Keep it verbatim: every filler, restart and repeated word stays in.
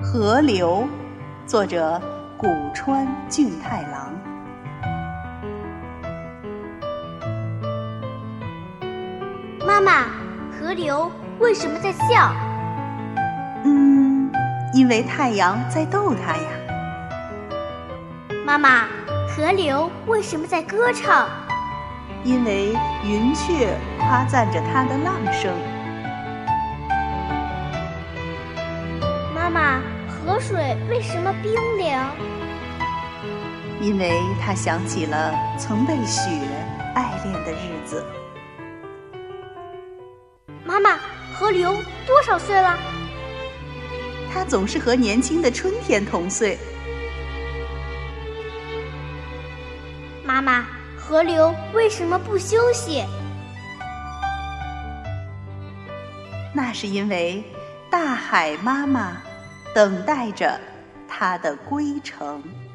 河流，作者古川俊太郎。 妈妈，河流为什么在笑？ 嗯，因为太阳在逗它呀。 妈妈，河流为什么在歌唱？ 因为云雀夸赞着它的浪声。 妈妈，河水为什么冰凉？ 因为它想起了曾被雪爱恋的日子。 妈妈，河流多少岁了？ 它总是和年轻的春天同岁。 妈妈，河流为什么不休息？ 那是因为大海妈妈等待着它的归程。